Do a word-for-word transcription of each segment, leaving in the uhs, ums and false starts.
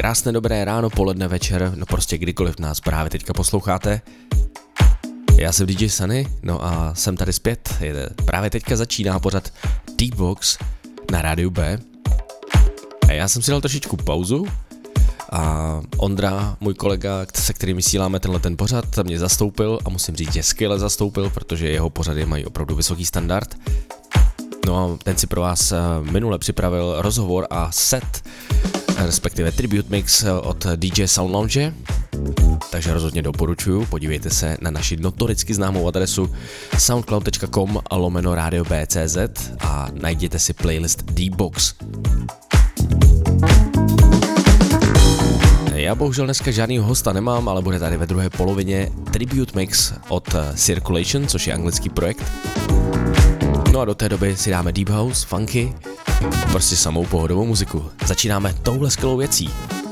Krásné dobré ráno, poledne, večer, no prostě kdykoliv nás právě teďka posloucháte. Já jsem D J Sunny, no a jsem tady zpět. Právě teďka začíná pořad D-Box na rádiu B. A já jsem si dal trošičku pauzu a Ondra, můj kolega, se kterým vysíláme tenhle ten pořad, mě zastoupil a musím říct, že skvěle zastoupil, protože jeho pořady mají opravdu vysoký standard. No a ten si pro vás minule připravil rozhovor a set, respektive tribute mix od D J Sound Lounge. Takže rozhodně doporučuju, podívejte se na naši notoricky známou adresu soundcloud tečka com lomeno radio b tečka cz a najděte si playlist D-Box. Já bohužel dneska žádnýho hosta nemám, ale bude tady ve druhé polovině tribute mix od Circulation, což je anglický projekt. No a do té doby si dáme deep house, funky, prostě samou pohodovou muziku. Začínáme touhle skvělou věcí,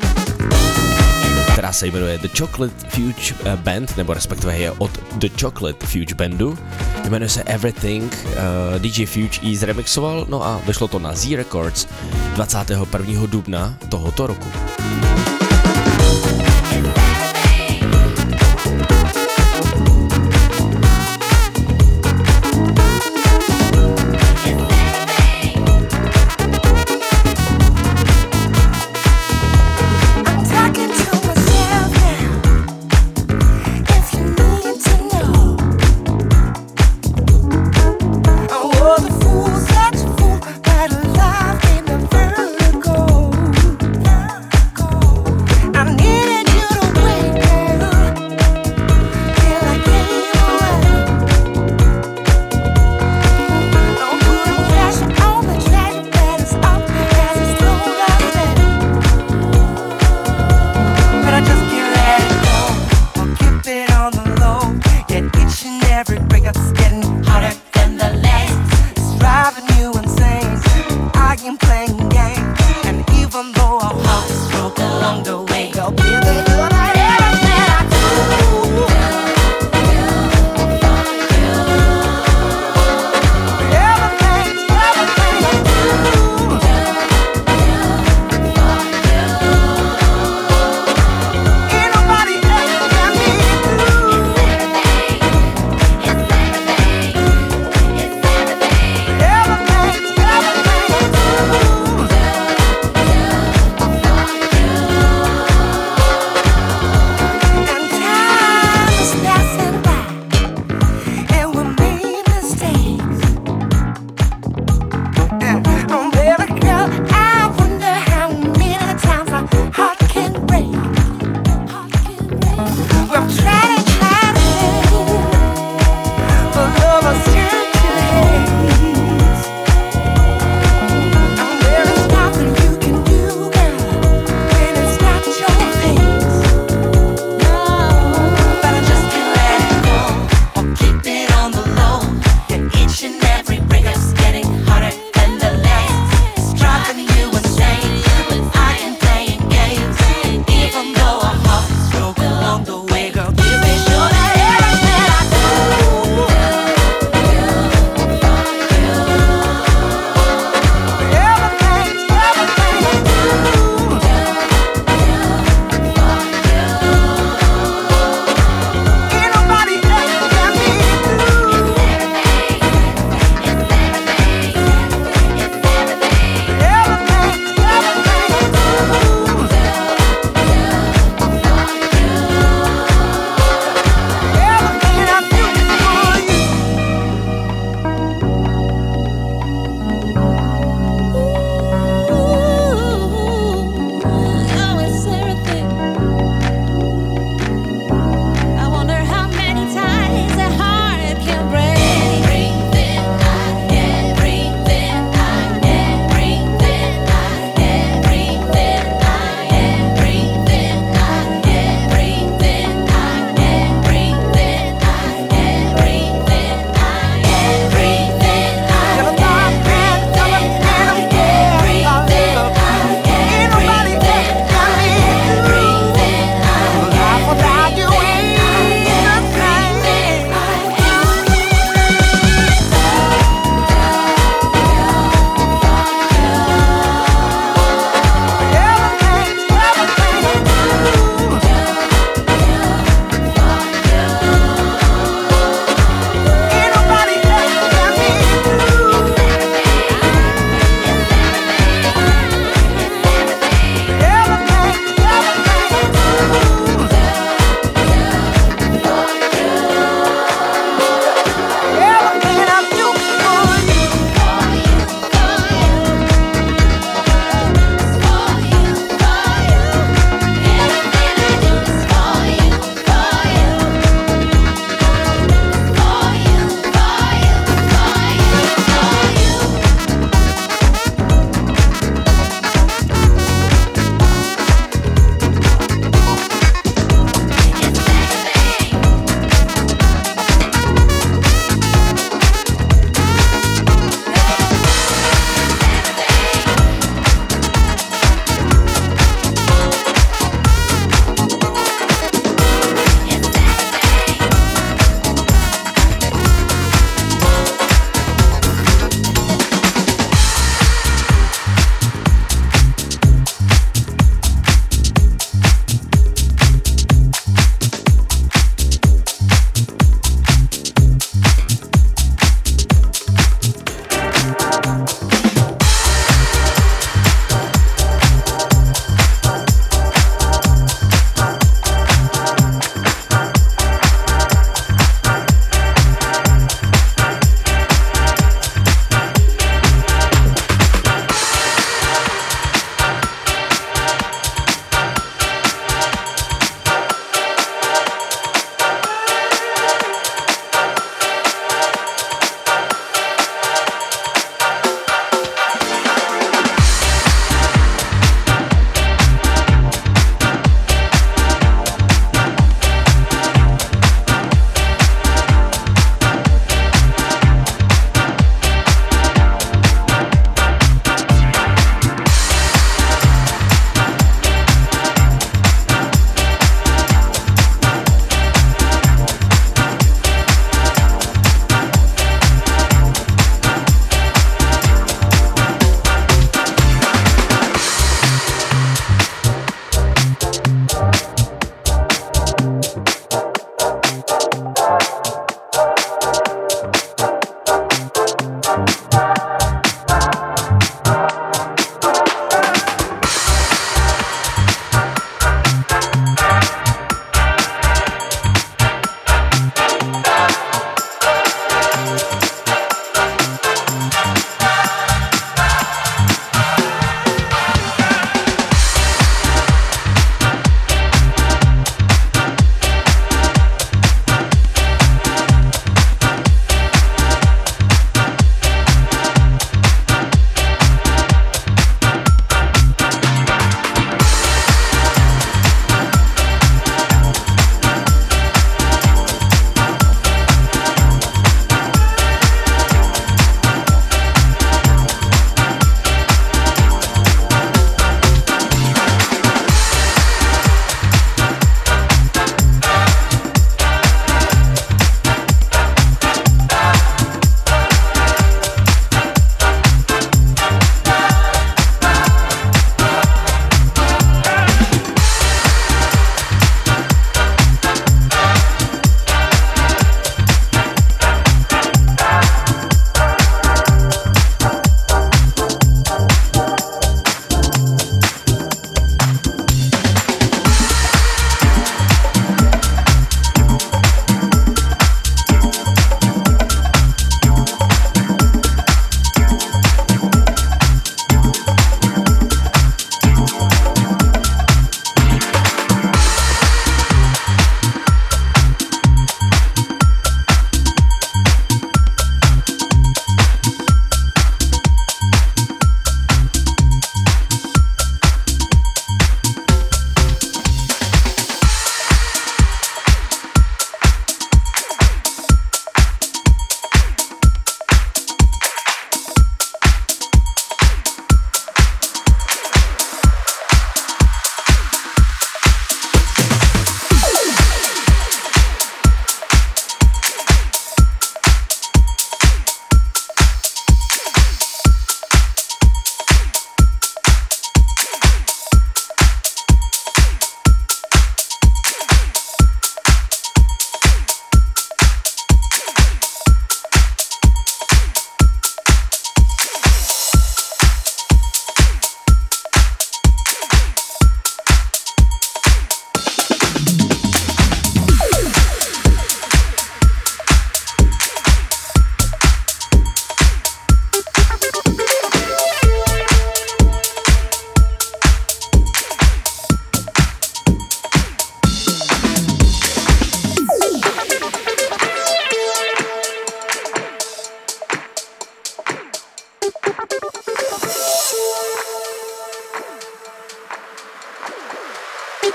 která se jmenuje The Chocolate Fuge Band, nebo respektive je od The Chocolate Fuge Bandu. Jmenuje se Everything, uh, D J Fuge ji zremixoval, no a vyšlo to na Z Records dvacátého prvního dubna tohoto roku. Go.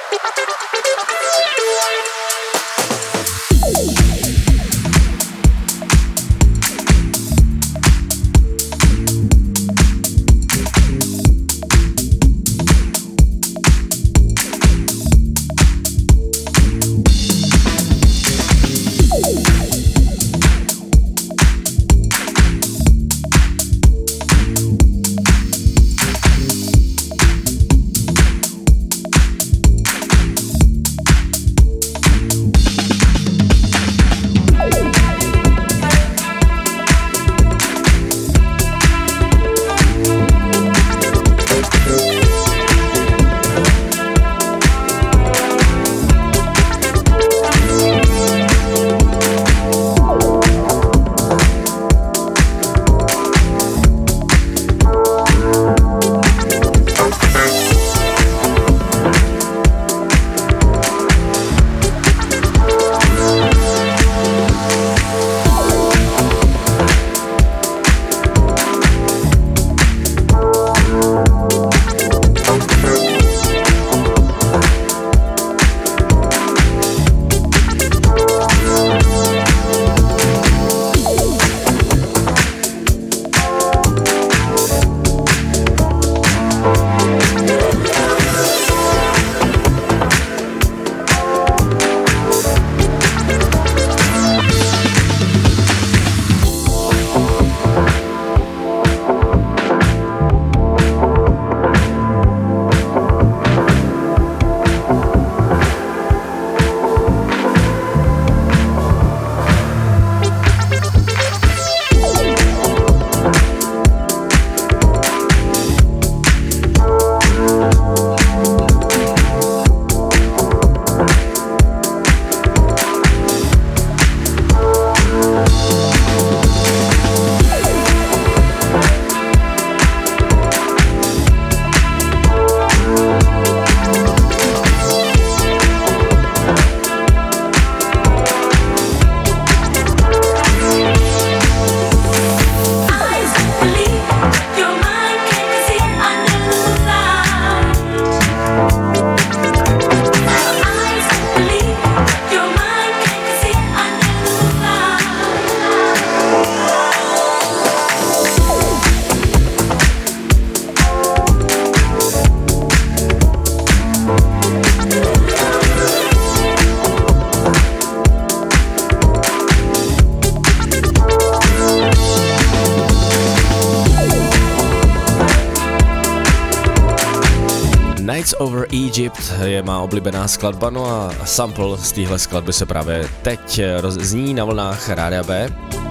Nights Over Egypt je má oblíbená skladba, no a sample z téhle skladby se právě teď zní na vlnách Rádia B.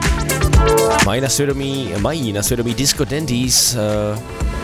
Mají na svědomí, mají na svědomí Disco Dandies uh,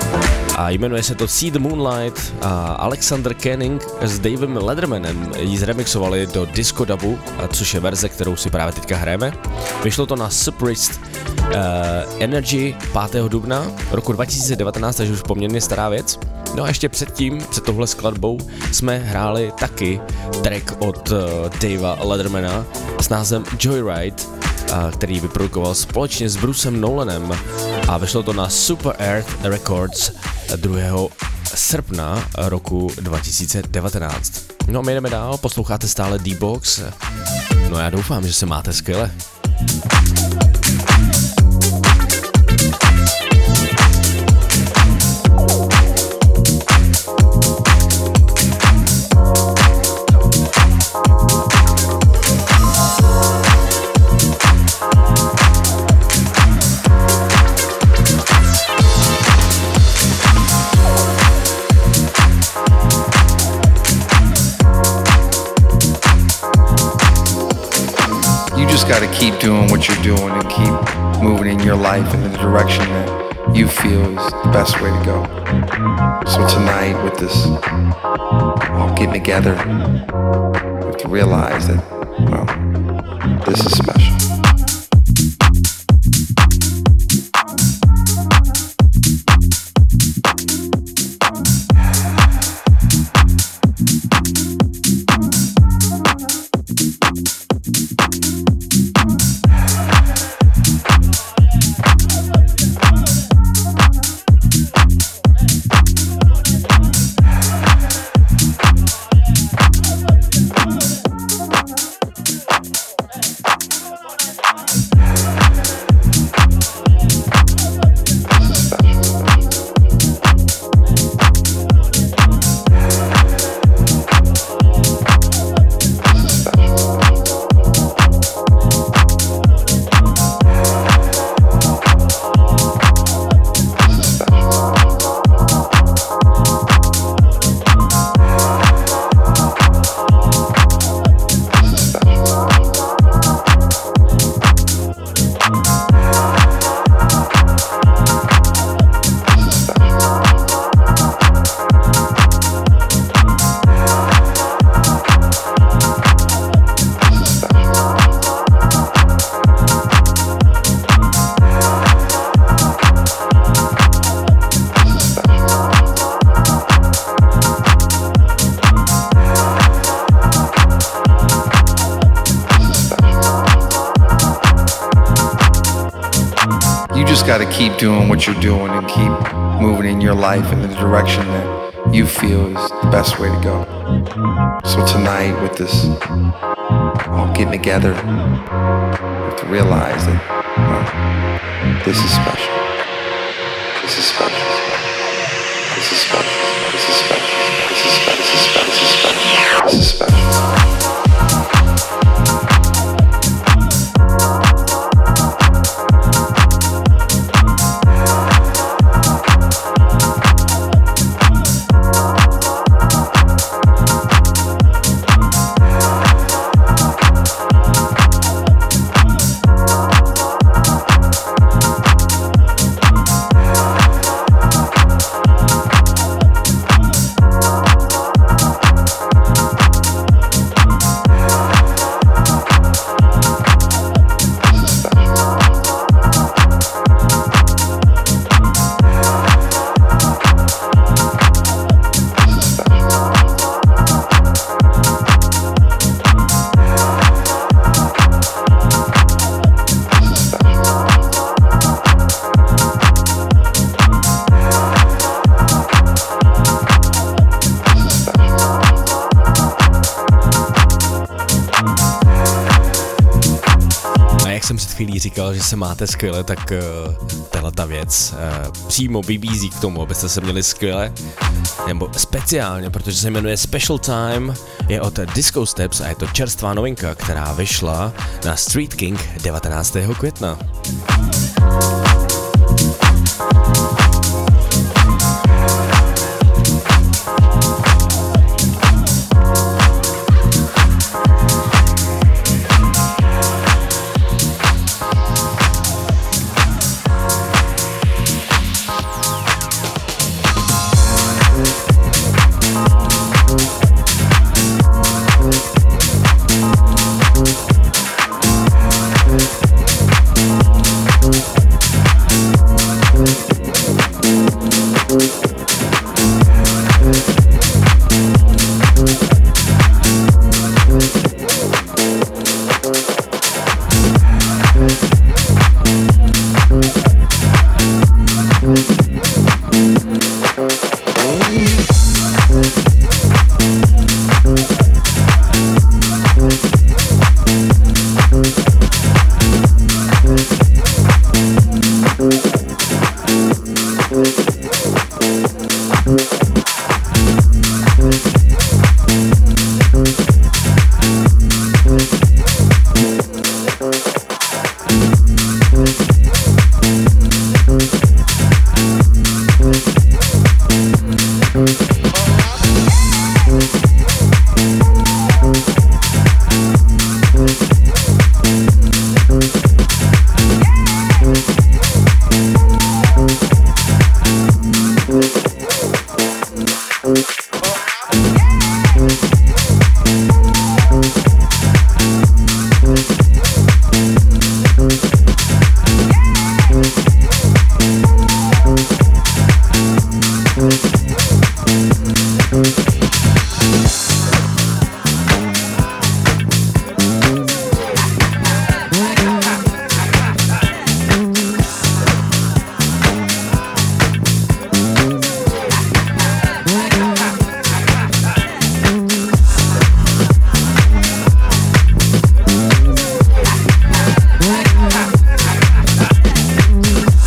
a jmenuje se to See the Moonlight a Alexander Canning s Davem Lettermanem ji zremixovali do disco dubu, což je verze, kterou si právě teďka hrajeme. Vyšlo to na Suppressed uh, Energy pátého dubna roku dva tisíce devatenáct, takže už poměrně stará věc. No a ještě předtím, před tohle skladbou, jsme hráli taky track od uh, Davea Lettermana s názvem Joyride, uh, který vyprodukoval společně s Brucem Nolanem a vyšlo to na Super Earth Records druhého srpna roku dva tisíce devatenáct. No a my jdeme dál, posloucháte stále D-Box, no já doufám, že se máte skvěle. Got to keep doing what you're doing and keep moving in your life in the direction that you feel is the best way to go. So tonight with this all getting together, you have to realize that, well, this is special. keep doing what you're doing and keep moving in your life in the direction that you feel is the best way to go. So tonight with this all getting together, you have to realize that, well, this is special. This is special. This is special. This is special. This is special. This is special. This is special. This is special. Říkal, že se máte skvěle, tak uh, tahle ta věc uh, přímo vybízí k tomu, abyste se měli skvěle, nebo speciálně, protože se jmenuje Special Time, je od Disco Steps a je to čerstvá novinka, která vyšla na Street King devatenáctého května.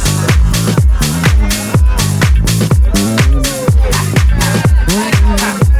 Bye.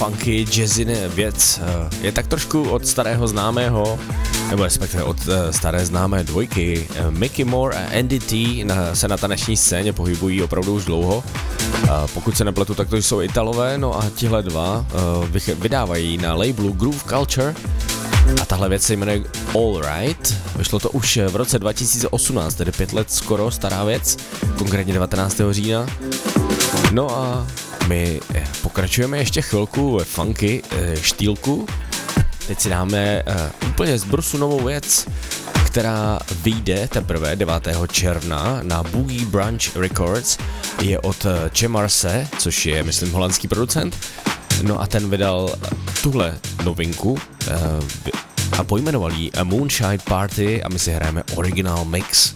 funky, jazzy věc. Je tak trošku od starého známého, nebo respektive od staré známé dvojky. Mickey Moore a Andy T se na taneční scéně pohybují opravdu už dlouho. Pokud se nepletu, tak to jsou Italové, no a tihle dva vydávají na labelu Groove Culture. A tahle věc se jmenuje All Right. Vyšlo to už v roce dva tisíce osmnáct, tedy pět let skoro stará věc, konkrétně devatenáctého října. No a my pokračujeme ještě chvilku ve funky štýlku. Teď si dáme úplně z brusu novou věc, která vyjde teprve devátého června na Boogie Branch Records. Je od Chemarse, což je, myslím, holandský producent. No a ten vydal tuhle novinku a pojmenoval ji A Moonshine Party a my si hrajeme Original Mix.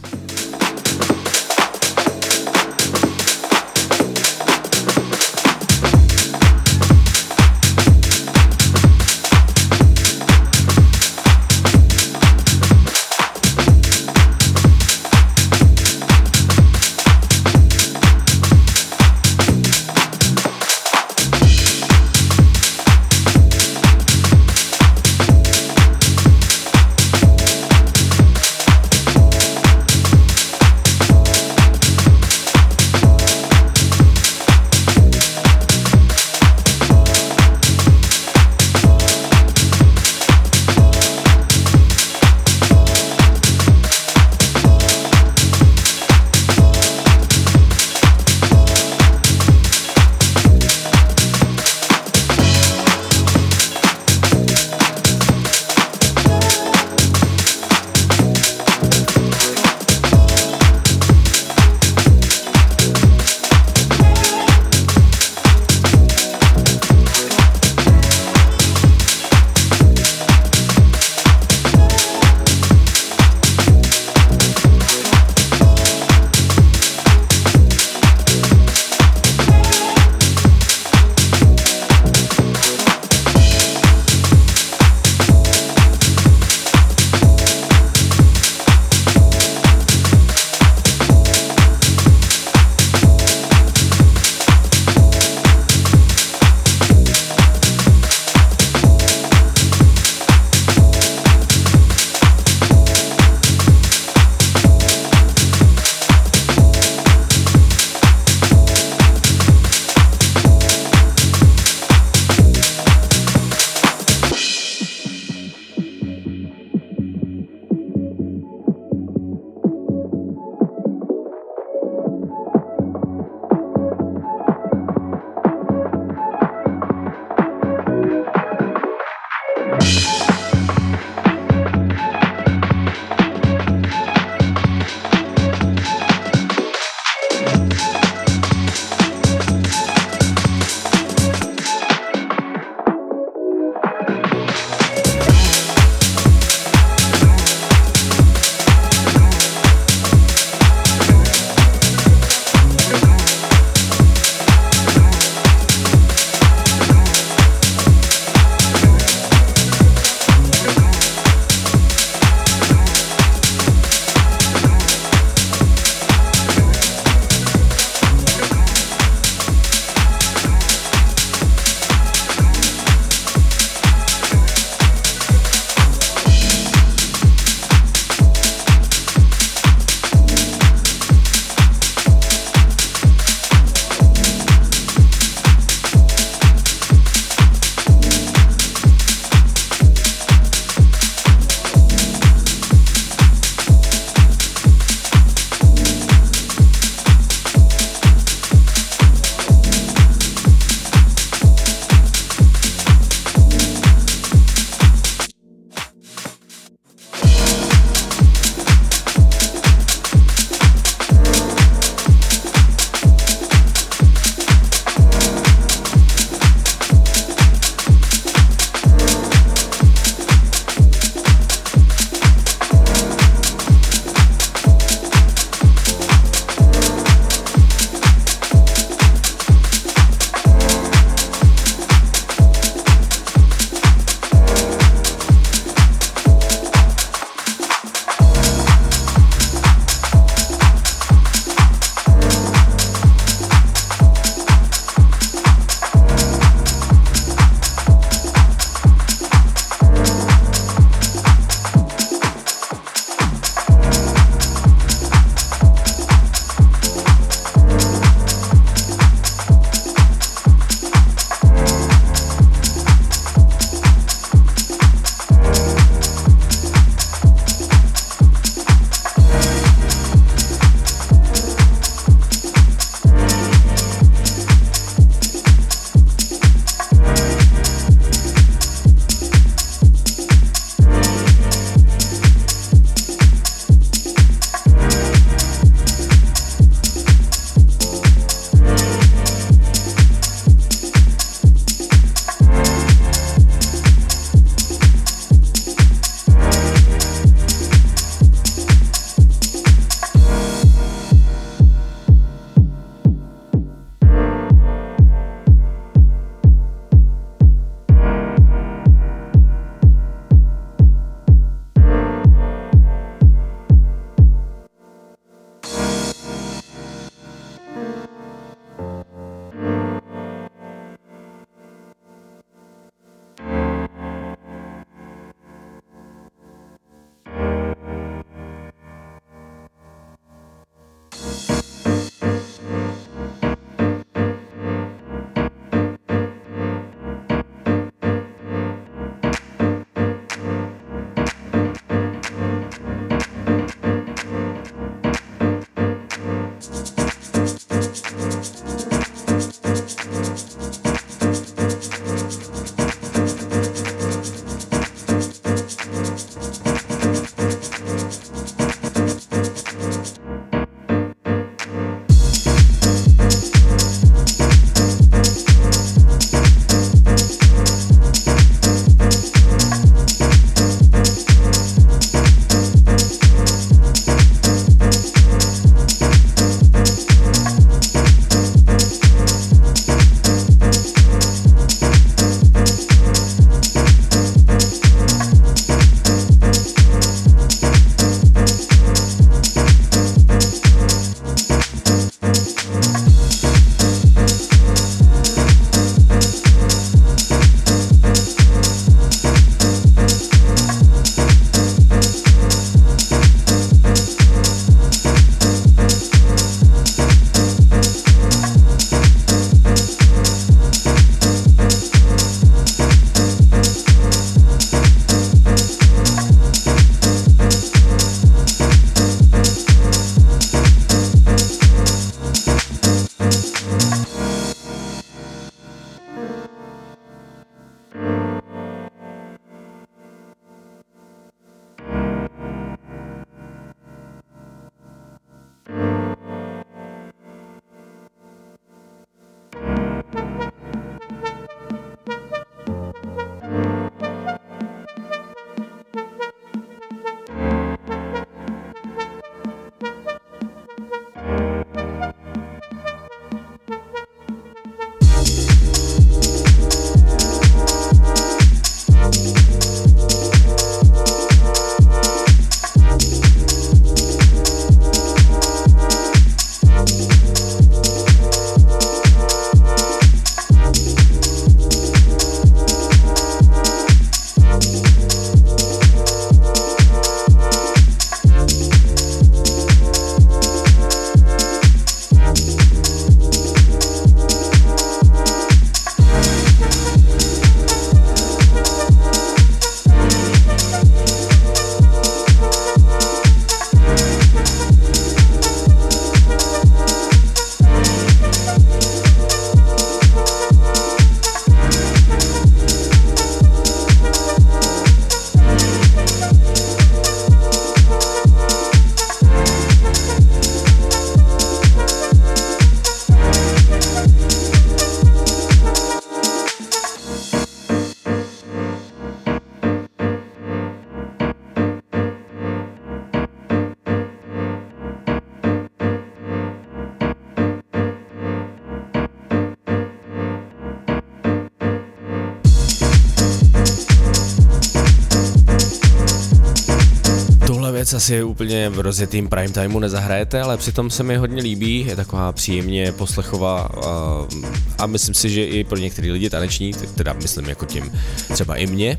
věc asi úplně v rozjetým prime timeu nezahrajete, ale přitom se mi hodně líbí, je taková příjemně poslechová a, a myslím si, že i pro některý lidi taneční, teda myslím jako tím třeba i mě.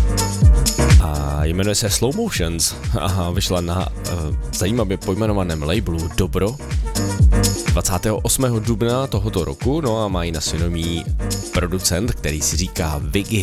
A jmenuje se Slow Motions a vyšla na uh, zajímavě pojmenovaném labelu Dobro dvacátého osmého dubna tohoto roku, no a mají na svědomí producent, který si říká Viggy.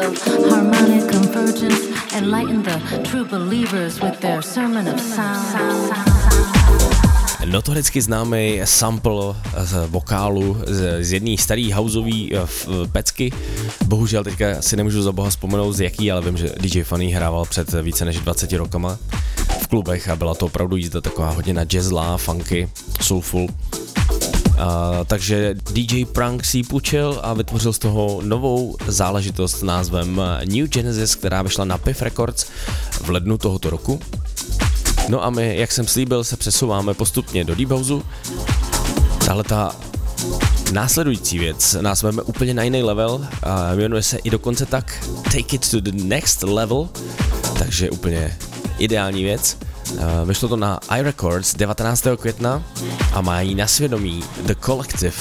of harmonic convergence, enlighten the true believers with their sermon of sound. Notoricky známý sample z vokálu z, z jedné starý houseový pecky. Bohužel teďka si nemůžu za boha vzpomenout z jaký, ale vím, že D J Funny hrával před více než dvaceti rokama v klubech a byla to opravdu jízda taková hodně na jazzla, funky, soulful. Uh, takže D J Prank si půjčil a vytvořil z toho novou záležitost s názvem New Genesis, která vyšla na Piff Records v lednu tohoto roku. No a my, jak jsem slíbil, se přesouváme postupně do Deep Houseu. Tahle ta následující věc nás veme úplně na jiný level a jmenuje se i dokonce tak Take It to the Next Level, takže úplně ideální věc. Vyšlo to na iRecords devatenáctého května a mají na svědomí The Collective.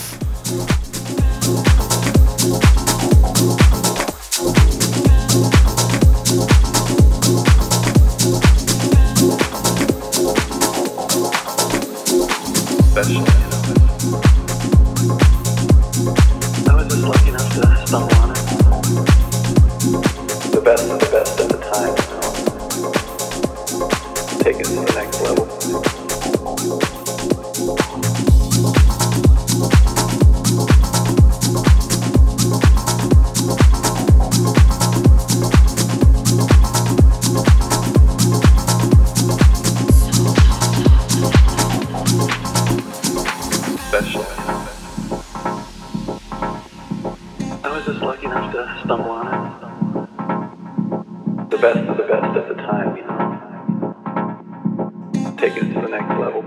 Special. I was just lucky enough to stumble on it. The best of the best at the time, you know. Take it to the next level. Special. I was just lucky enough to stumble on it. The best of the best at the time, you know. Take it to the next level.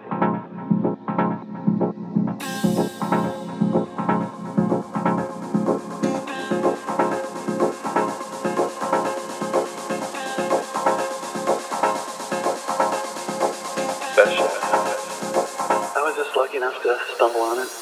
Special. I was just lucky enough to stumble on it.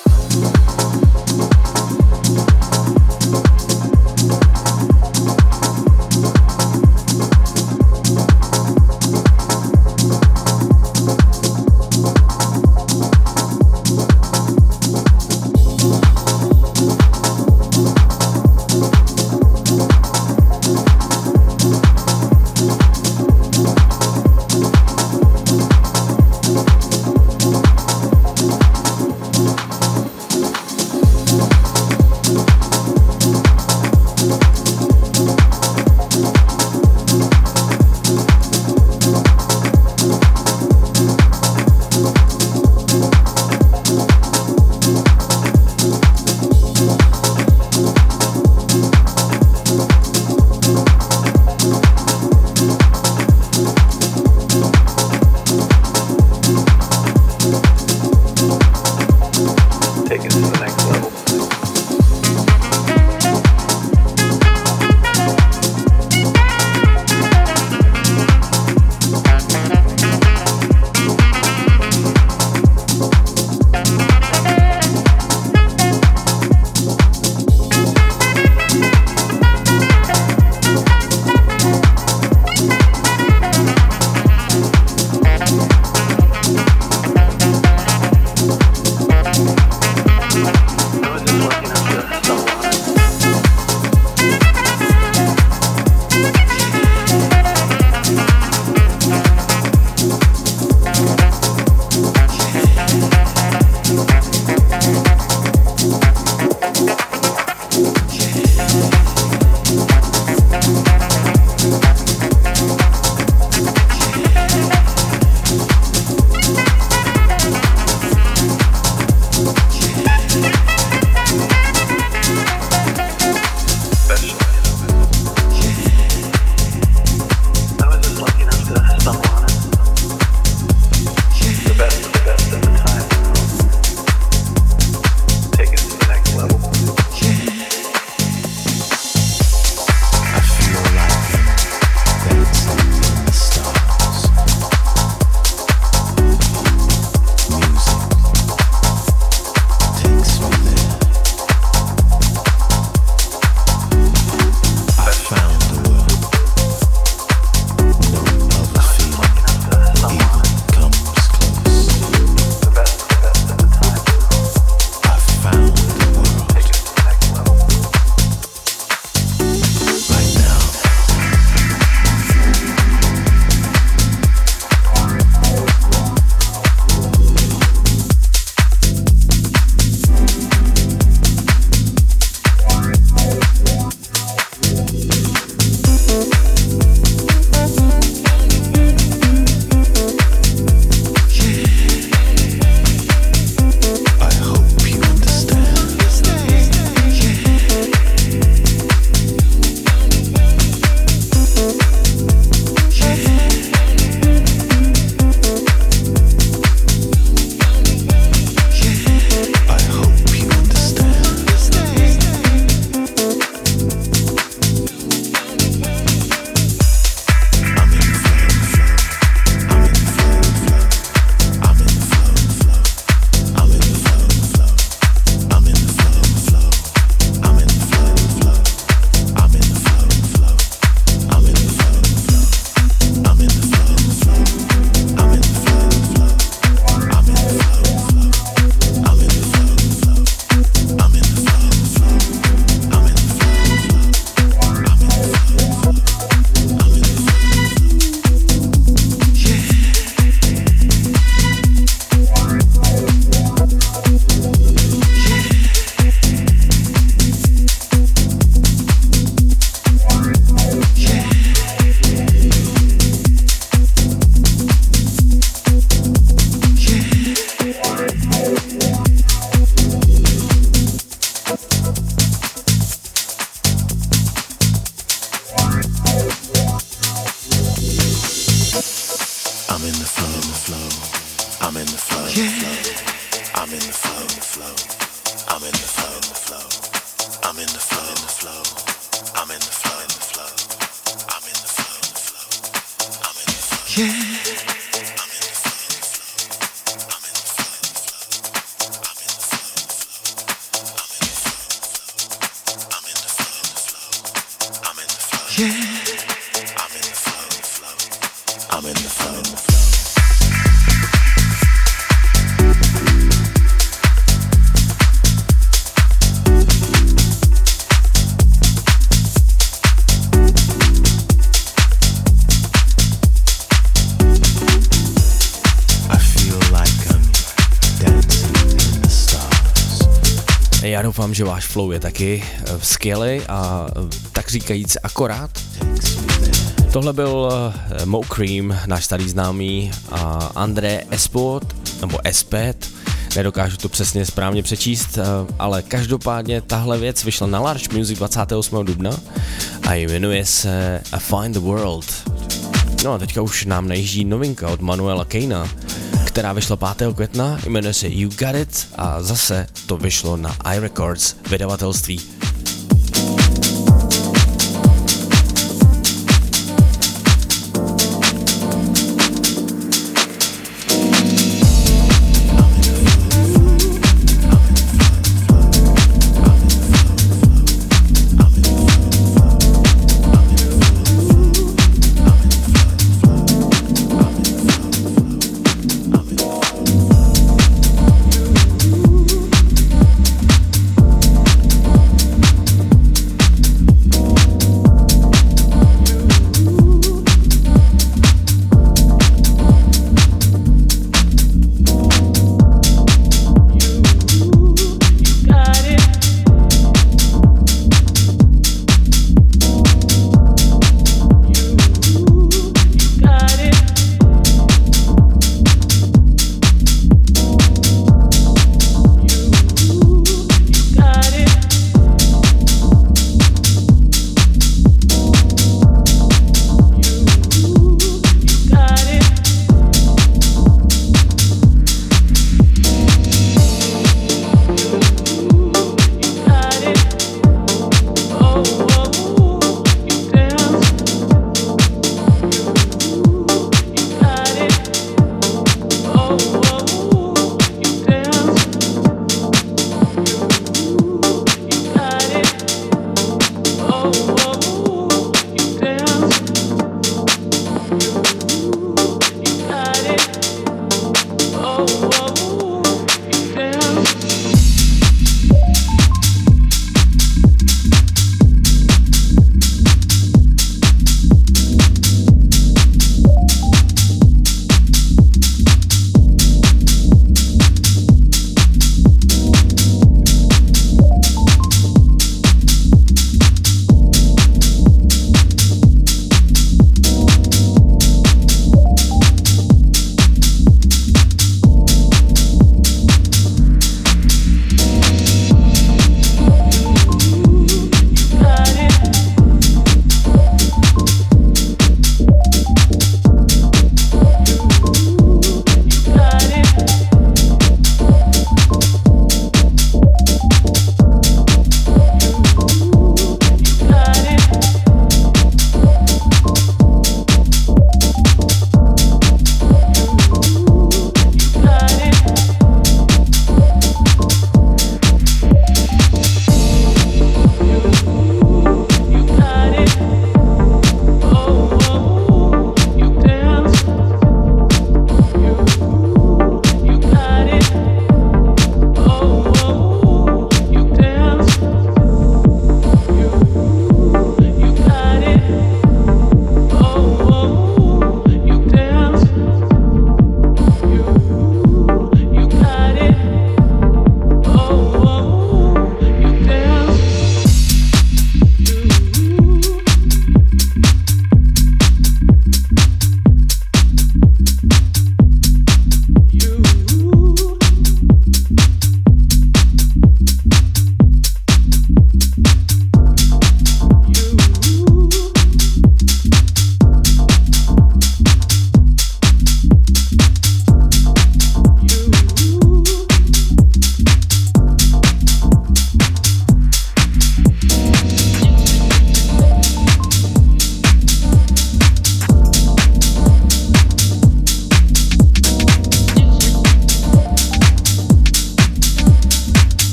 Já doufám, že váš flow je taky skvělý a tak říkajíc akorát. Tohle byl Mo Cream, náš starý známý, a André Espot, nebo Espet, nedokážu to přesně správně přečíst, ale každopádně tahle věc vyšla na Large Music dvacátého osmého dubna a jmenuje se A Find the World. No a teďka už nám najíždí novinka od Manuela Kejna, která vyšla pátého května, jmenuje se You Got It a zase to vyšlo na iRecords vydavatelství.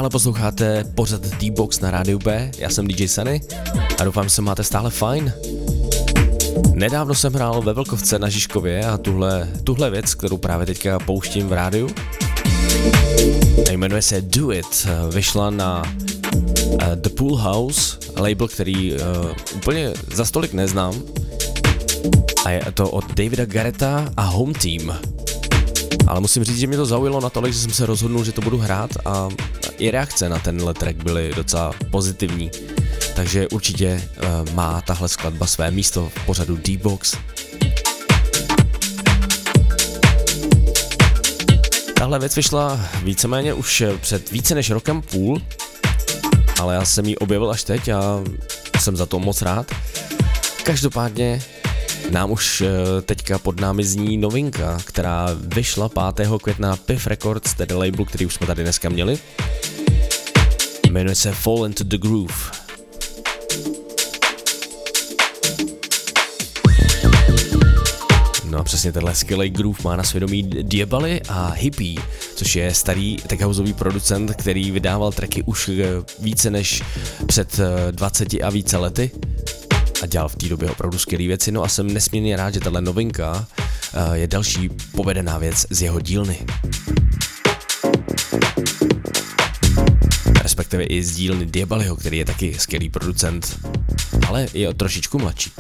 Stále posloucháte pořad D-Box na rádiu B, já jsem D J Sunny a doufám, že se máte stále fajn. Nedávno jsem hrál ve Vlkovce na Žižkově a tuhle, tuhle věc, kterou právě teďka pouštím v rádiu, jmenuje se Do It, vyšla na uh, The Pool House, label, který uh, úplně za stolik neznám, a je to od Davida Garretta a Home Team. Ale musím říct, že mě to zaujalo natolik, že jsem se rozhodnul, že to budu hrát a i reakce na tenhle track byly docela pozitivní. Takže určitě uh, má tahle skladba své místo v pořadu D-Box. Tahle věc vyšla víceméně už před více než rokem půl, ale já jsem ji objevil až teď a jsem za to moc rád. Každopádně nám už teďka pod námi zní novinka, která vyšla pátého května Piff Records, tedy label, který už jsme tady dneska měli. Jmenuje se Fall into the Groove. No a přesně tenhle skvělý groove má na svědomí Diabali a Hippie, což je starý tech houseový producent, který vydával tracky už více než před dvaceti a více lety a dělal v té době opravdu skvělý věci. No a jsem nesmírně rád, že tahle novinka je další povedená věc z jeho dílny. Respektive i z dílny Diabaliho, který je taky skvělý producent, ale je o trošičku mladší.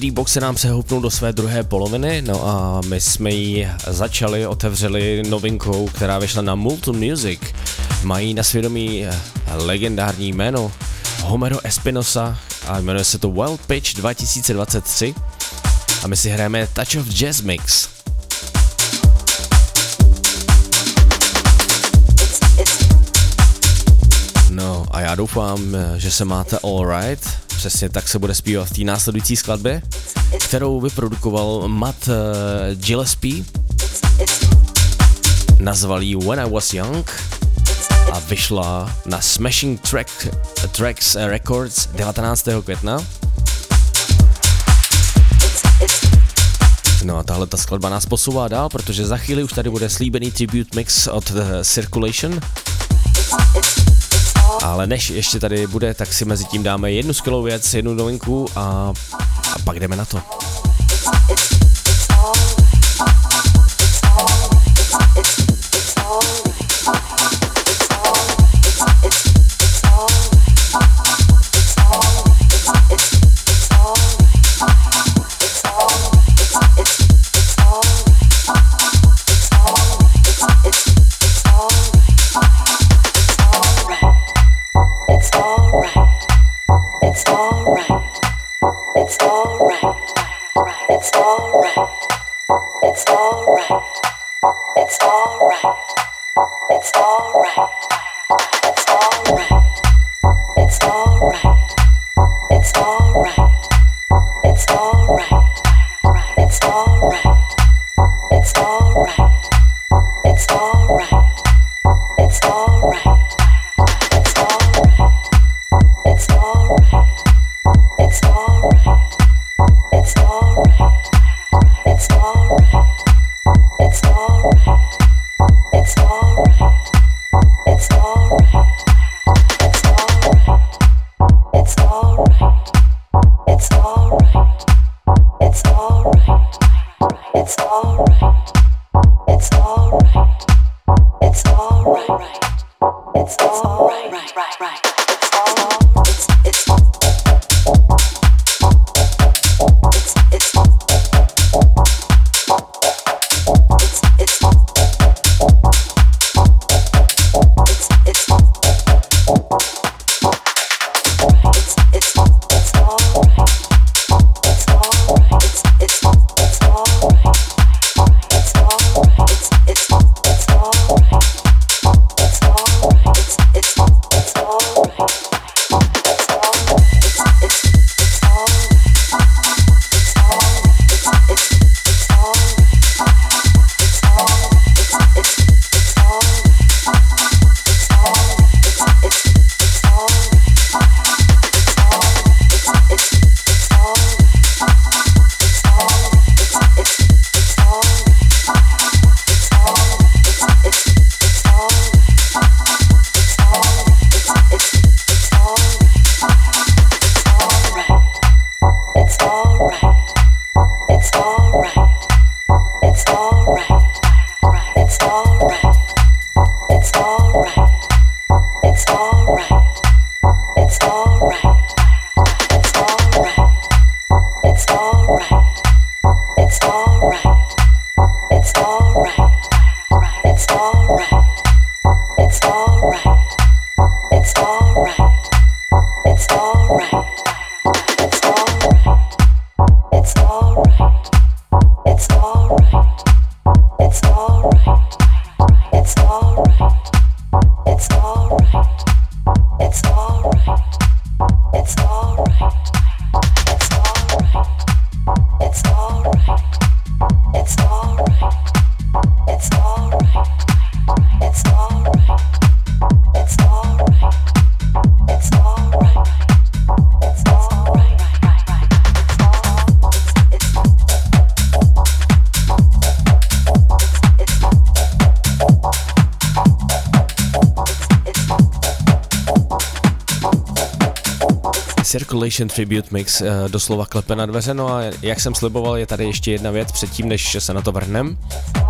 D-Box se nám přehoupnul do své druhé poloviny, no a my jsme ji začali, otevřeli novinkou, která vyšla na Multi Music. Mají na svědomí legendární jméno Homero Espinosa a jmenuje se to Wild Pitch dva tisíce dvacet tři a my si hrajeme Touch of Jazz Mix. No a já doufám, že se máte all right. Přesně tak se bude zpívat v té následující skladbě, kterou vyprodukoval Matt uh, Gillespie. Nazval ji When I Was Young a vyšla na Smashing Track, Tracks Records devatenáctého května. No a tahle ta skladba nás posouvá dál, protože za chvíli už tady bude slíbený tribute mix od uh, Circulation. Ale než ještě tady bude, tak si mezi tím dáme jednu skvělou věc, jednu novinku a, a pak jdeme na to. Circulation Tribute Mix doslova klepe na dveře, no a jak jsem sliboval, je tady ještě jedna věc předtím, než se na to vrhnem.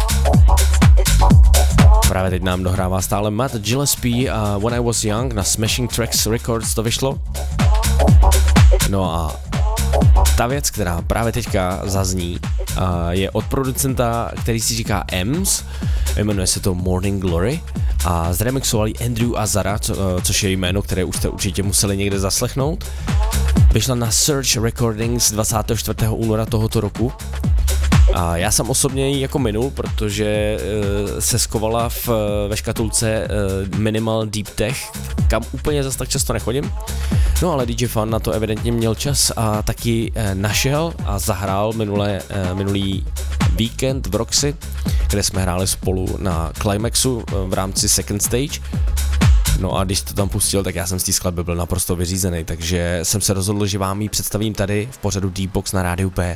Právě teď nám dohrává stále Matt Gillespie a When I Was Young na Smashing Tracks Records to vyšlo. No a Ta věc, která právě teďka zazní, je od producenta, který si říká Ems, jmenuje se to Morning Glory a zremixovali Andrew a Zara, co, což je jméno, které už jste určitě museli někde zaslechnout. Vyšla na Search Recordings dvacátého čtvrtého února tohoto roku. A já jsem osobně ji jako minul, protože uh, se skovala v, ve škatulce uh, Minimal Deep Tech, kam úplně zas tak často nechodím. No ale D J Fan na to evidentně měl čas a taky uh, našel a zahrál minulé, uh, minulý víkend v Roxy, kde jsme hráli spolu na Climaxu uh, v rámci Second Stage. No a když to tam pustil, tak já jsem z té skladby byl naprosto vyřízený, takže jsem se rozhodl, že vám ji představím tady v pořadu D-Box na Rádiu P.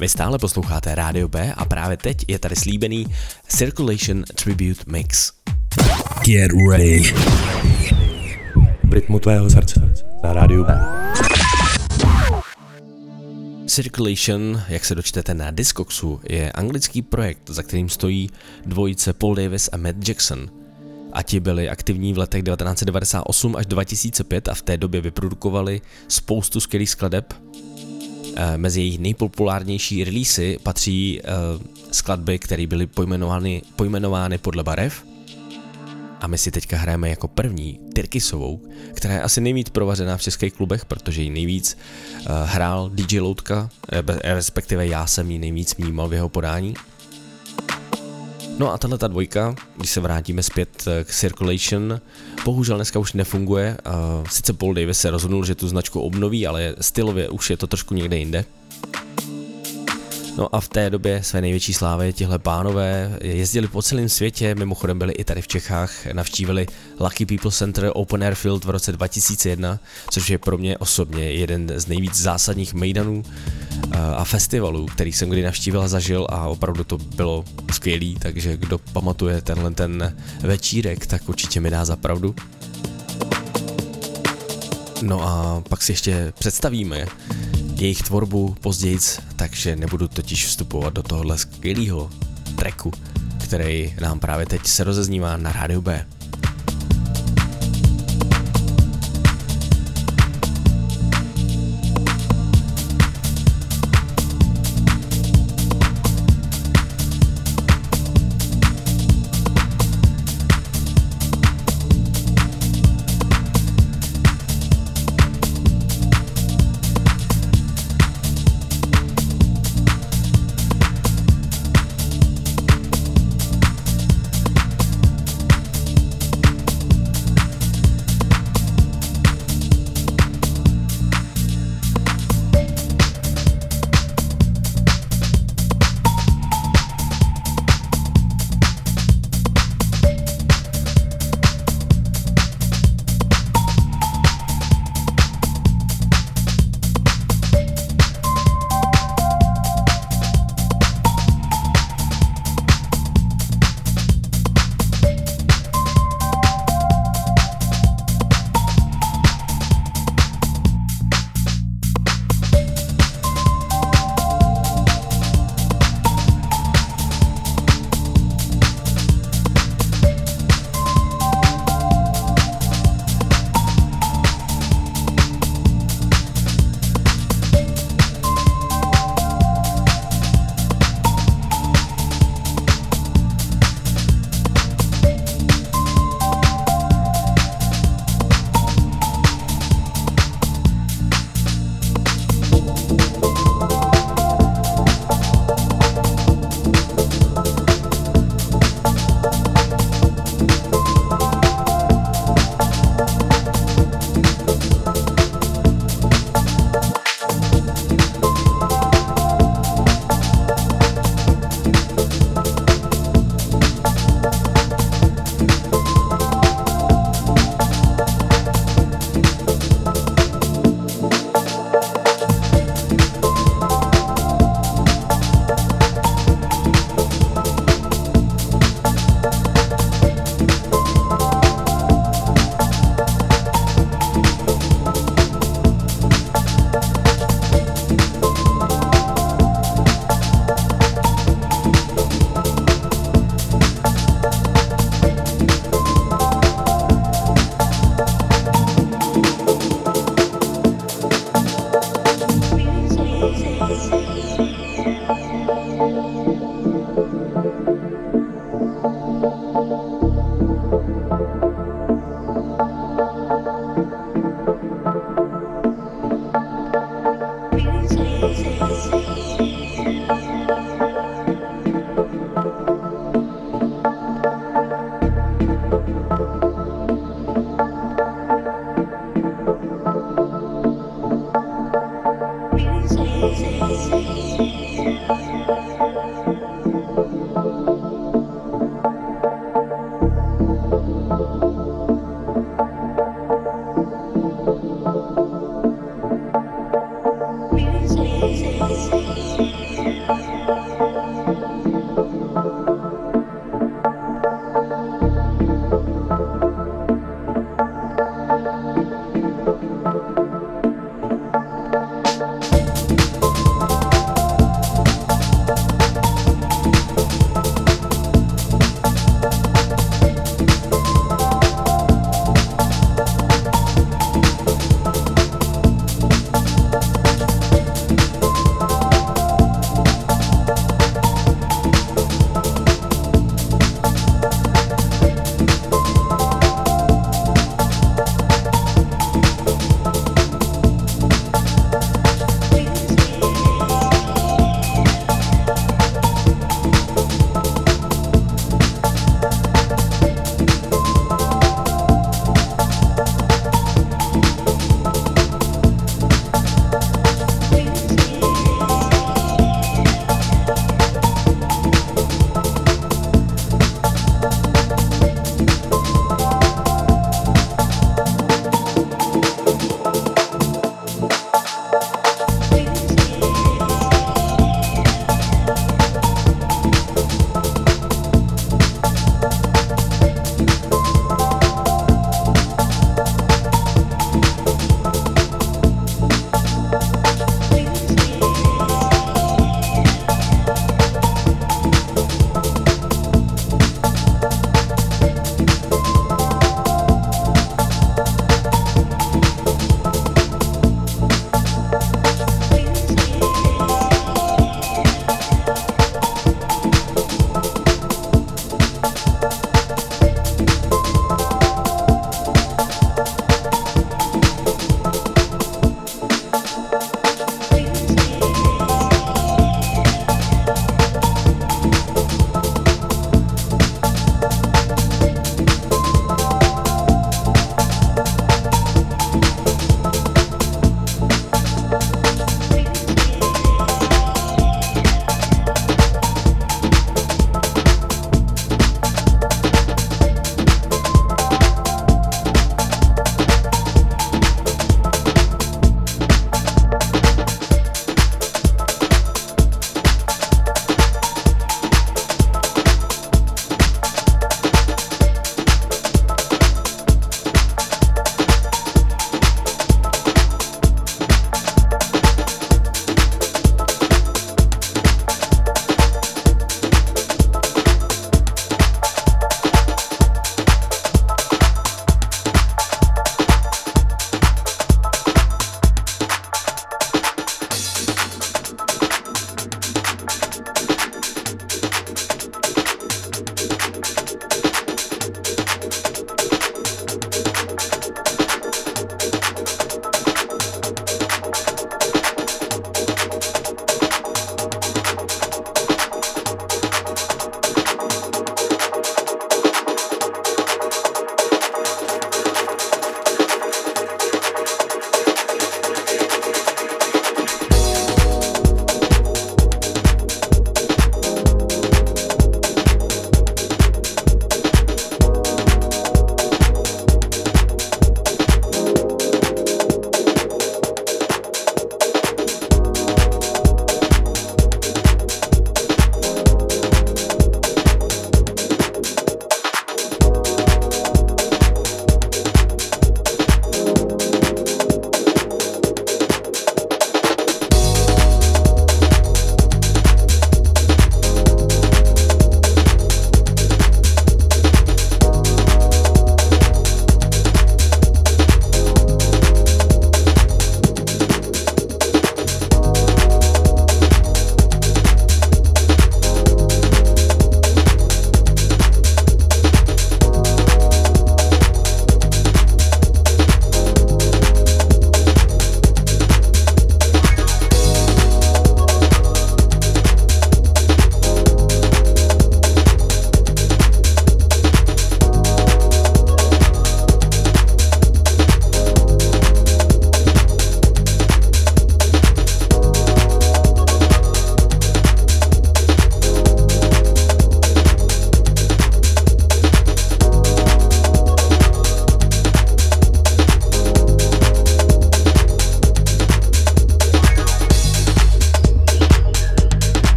Vy stále posloucháte Rádio B a právě teď je tady slíbený Circulation Tribute Mix. Get ready. V rytmu tvého srdce na Rádiu B. Circulation, jak se dočtete na Discogsu, je anglický projekt, za kterým stojí dvojice Paul Davis a Matt Jackson. A ti byli aktivní v letech devatenáct set devadesát osm až dva tisíce pět a v té době vyprodukovali spoustu skvělých skladeb. Mezi jejich nejpopulárnější releasy patří uh, skladby, které byly pojmenovány, pojmenovány podle barev. A my si teďka hrajeme jako první Tyrkisovou, která je asi nejvíc provařená v českých klubech, protože ji nejvíc uh, hrál D J Loutka, respektive já jsem ji nejvíc vnímal v jeho podání. No a tahleta dvojka, když se vrátíme zpět k Circulation, bohužel dneska už nefunguje. Uh, sice Paul Davis se rozhodnul, že tu značku obnoví, ale stylově už je to trošku někde jinde. No a v té době své největší slávy tihle pánové jezdili po celém světě, mimochodem byli i tady v Čechách, navštívili Lucky People Center Open Air Field v roce dva tisíce jedna, což je pro mě osobně jeden z nejvíc zásadních mejdanů a festivalů, který jsem kdy navštívil a zažil a opravdu to bylo skvělý, takže kdo pamatuje tenhle ten večírek, tak určitě mi dá za pravdu. No a pak si ještě představíme jejich tvorbu později, takže nebudu totiž vstupovat do tohohle skvělého tracku, který nám právě teď se rozeznívá na Rádiu B.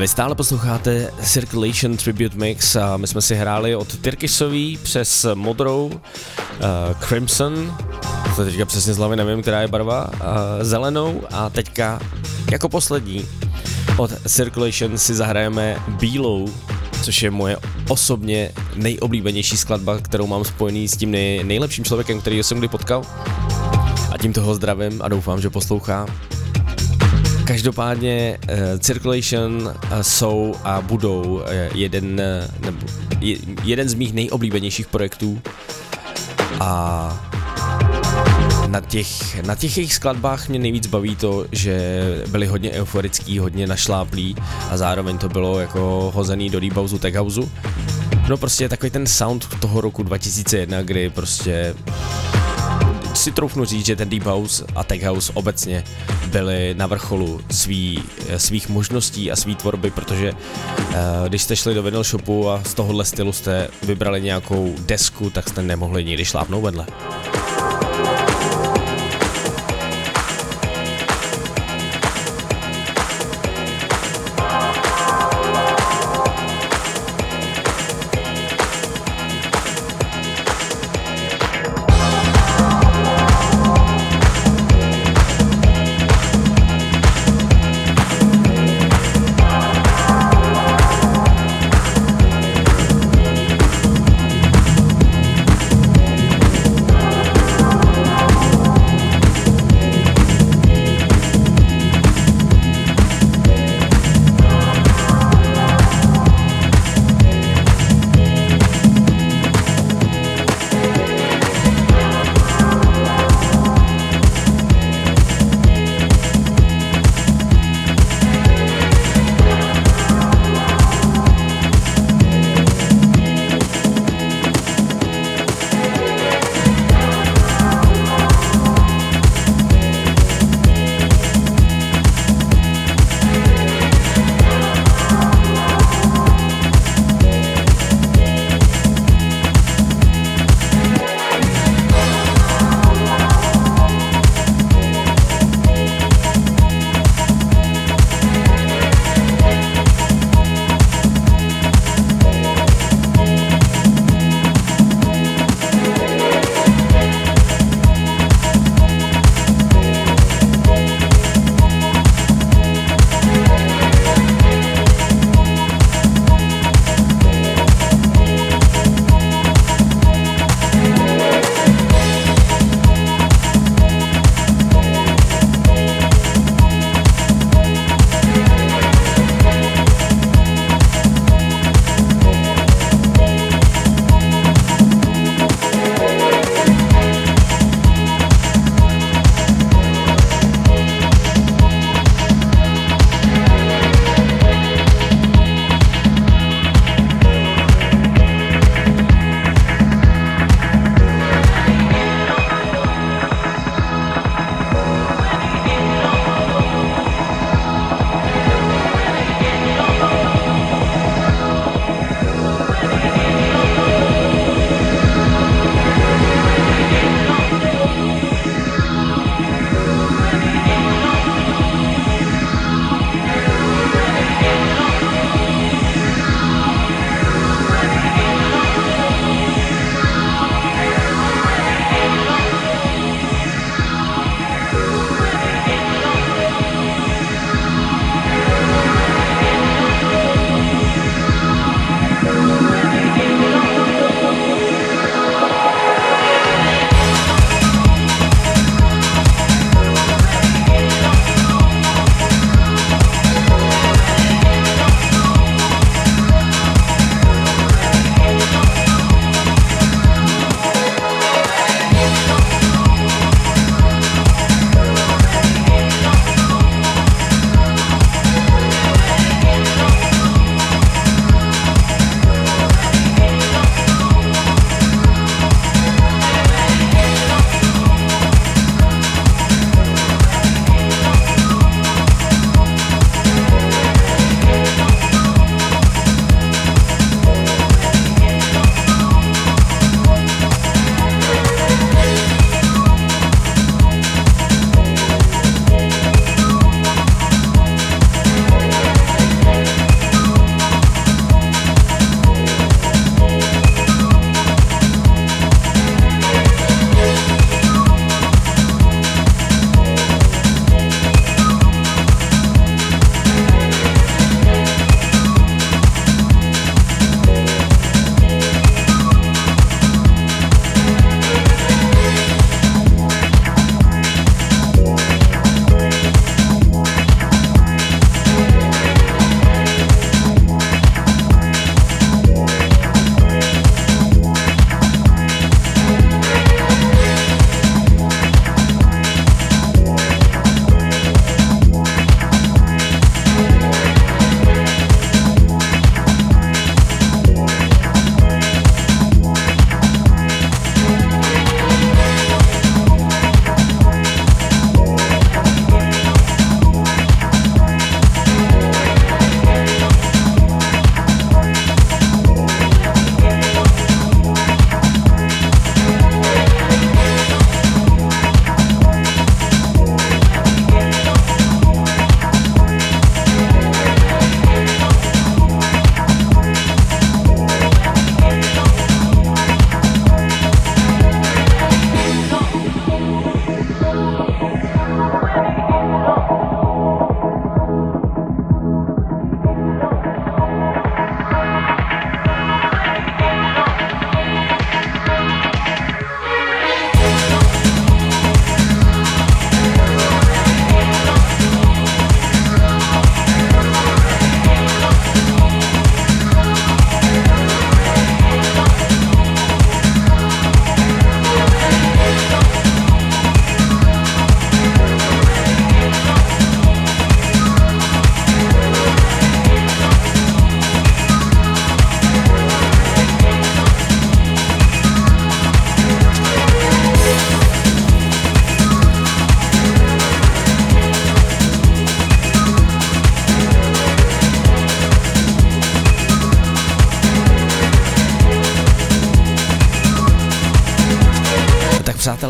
Vy stále posloucháte Circulation Tribute Mix a my jsme si hráli od Tyrkisový přes modrou uh, Crimson, to teďka přesně z hlavy nevím, která je barva, uh, zelenou a teďka jako poslední od Circulation si zahrajeme bílou, což je moje osobně nejoblíbenější skladba, kterou mám spojený s tím nej, nejlepším člověkem, který jsem kdy potkal. A tím toho zdravím a doufám, že poslouchá. Každopádně uh, Circulation uh, jsou a budou uh, jeden, uh, nebo je, jeden z mých nejoblíbenějších projektů a na těch, na těch jejich skladbách mě nejvíc baví to, že byli hodně euforický, hodně našláplí a zároveň to bylo jako hozený do deep houseu, tech houseu. No prostě takový ten sound toho roku dva tisíce jedna, kdy prostě si troufnu říct, že ten deep house a tech house obecně byly na vrcholu svý, svých možností a svý tvorby, protože uh, když jste šli do vinyl shopu a z tohohle stylu jste vybrali nějakou desku, tak jste nemohli nikdy šlápnout vedle.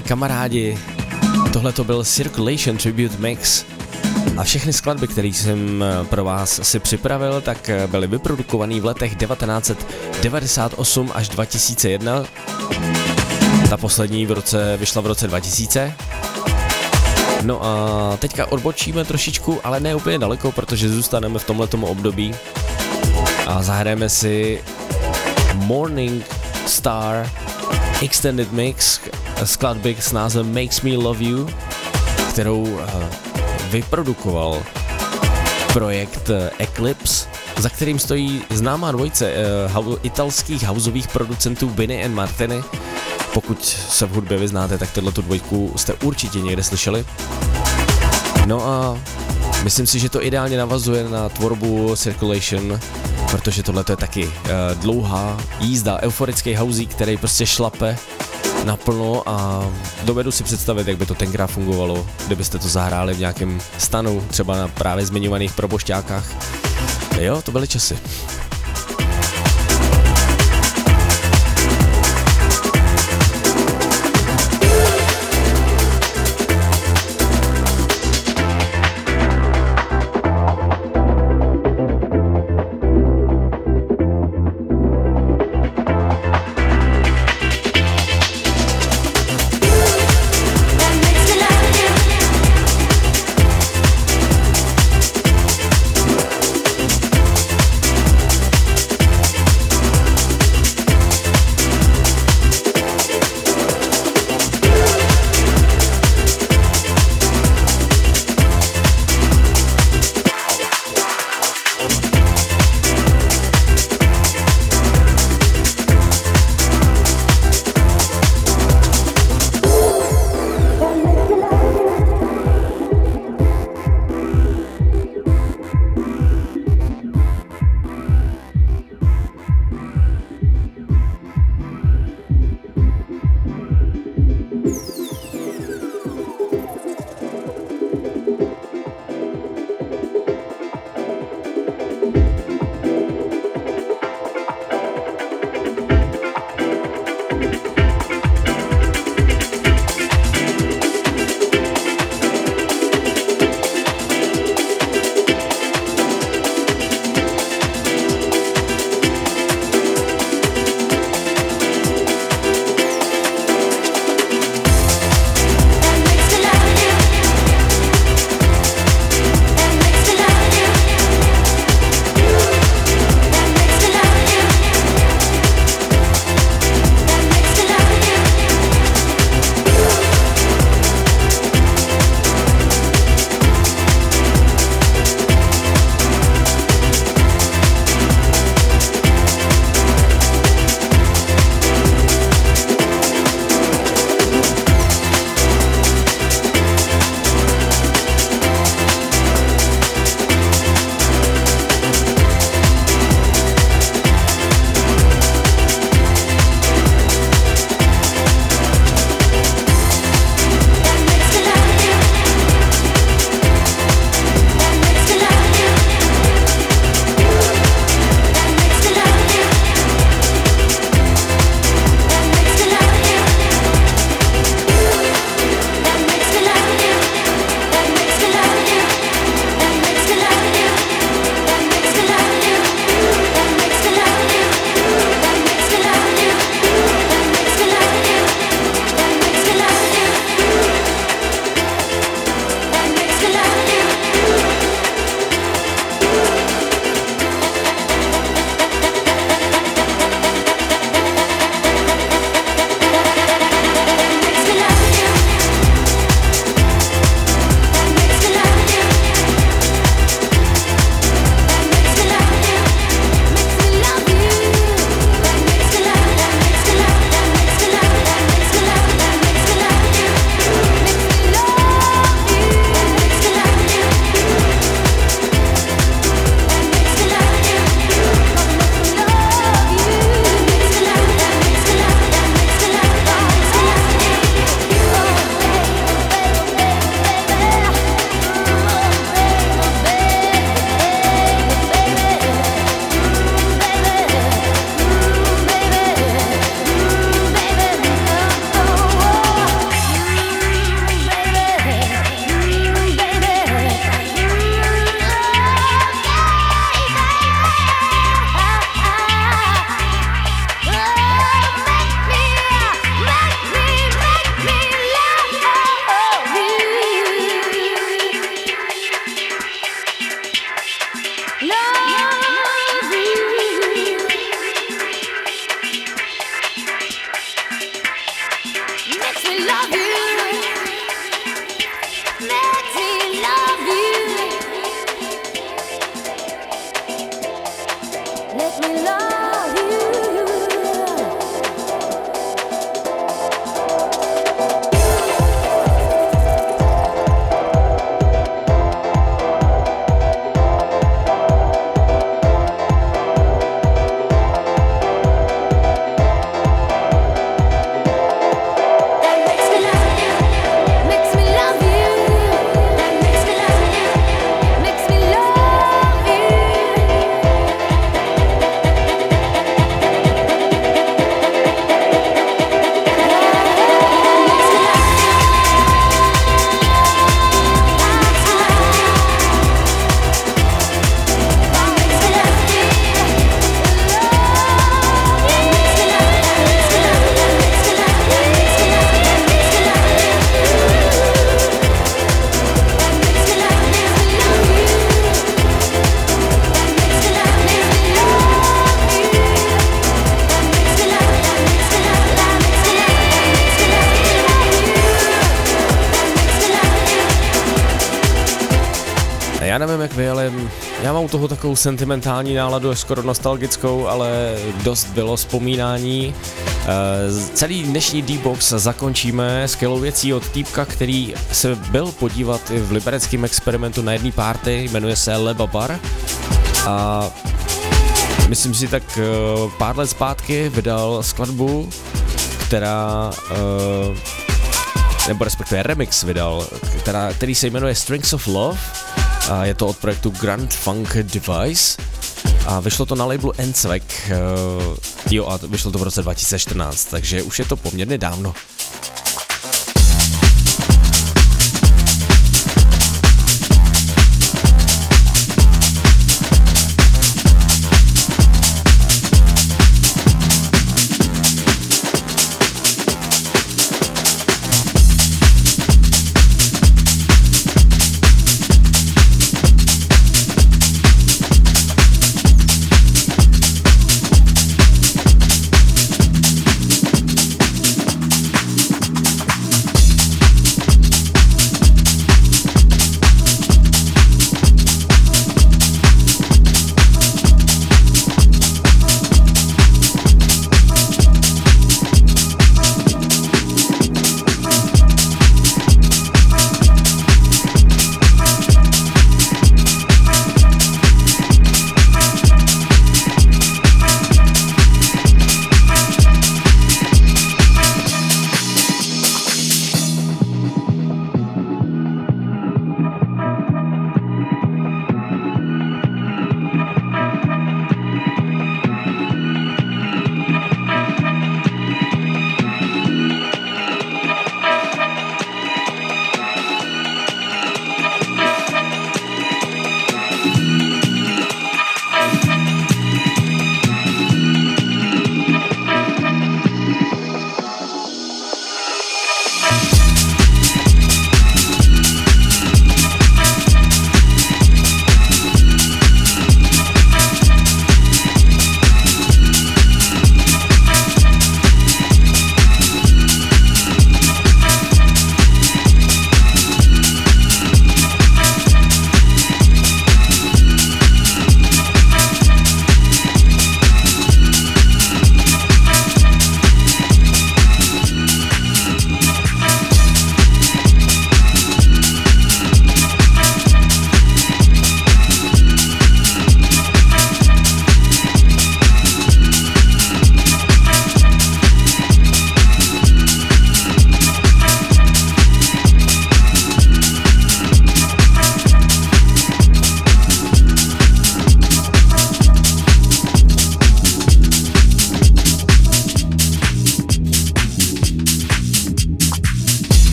Přátelé, kamarádi, tohle to byl Circulation Tribute Mix a všechny skladby, které jsem pro vás si připravil, tak byly vyprodukované v letech devatenáct set devadesát osm až dva tisíce jedna. Ta poslední v roce, vyšla v roce dva tisíce. No a teďka odbočíme trošičku, ale ne úplně daleko, protože zůstaneme v tomhletomu období a zahrajeme si Morning Star Extended Mix skladby s názvem Makes Me Love You, kterou vyprodukoval projekt Eclipse, za kterým stojí známá dvojice uh, italských houseových producentů Vinny and Martini. Pokud se v hudbě vyznáte, tak tato dvojku jste určitě někde slyšeli. No a myslím si, že to ideálně navazuje na tvorbu Circulation, protože tohle je taky uh, dlouhá jízda, euforický housík, který prostě šlape naplno a dovedu si představit, jak by to tenkrát fungovalo, kdybyste to zahráli v nějakém stanu, třeba na právě zmiňovaných probošťákách. Jo, to byly časy. Já nevím jak vy, ale já mám u toho takovou sentimentální náladu, skoro nostalgickou, ale dost bylo vzpomínání. E, celý dnešní D-Box zakončíme skvělou věcí od týpka, který se byl podívat i v libereckém experimentu na jedné party, jmenuje se Leba Bar. A myslím si tak pár let zpátky vydal skladbu, která... E, nebo respektive remix vydal, která, který se jmenuje Strings of Love. A je to od projektu Grand Funk Device a vyšlo to na labelu Enzweck, uh, jo a vyšlo to v roce dva tisíce čtrnáct, takže už je to poměrně dávno.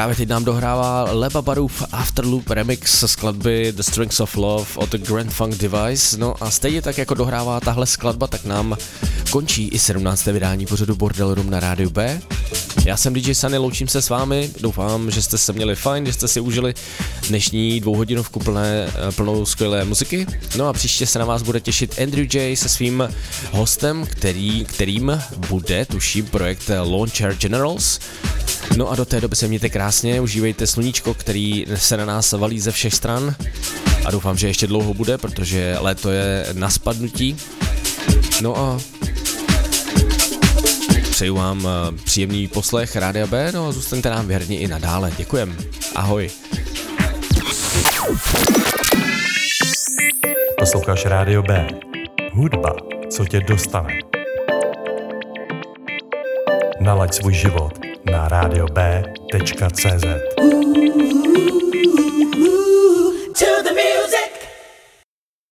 právě teď nám dohrává Leba Barův Afterloop remix skladby The Strings of Love od Grand Funk Device. No a stejně tak jako dohrává tahle skladba, tak nám končí i sedmnácté vydání pořadu Bordel Room na rádiu B. Já jsem D J Sunny, loučím se s vámi, doufám, že jste se měli fajn, že jste si užili dnešní dvouhodinovku plné, plnou skvělé muziky. No a příště se na vás bude těšit Andrew J se svým hostem, který, kterým bude, tuším, projekt Launcher Generals. No a do té doby se mějte krásně, užívejte sluníčko, který se na nás valí ze všech stran a doufám, že ještě dlouho bude, protože léto je na spadnutí. No a přeju vám příjemný poslech Rádia B, no a zůstaňte nám věrně i nadále. Děkujem. Ahoj. Posloucháš Rádio B. Hudba, co tě dostane. Nalaď svůj život na rádio b tečka cé zet.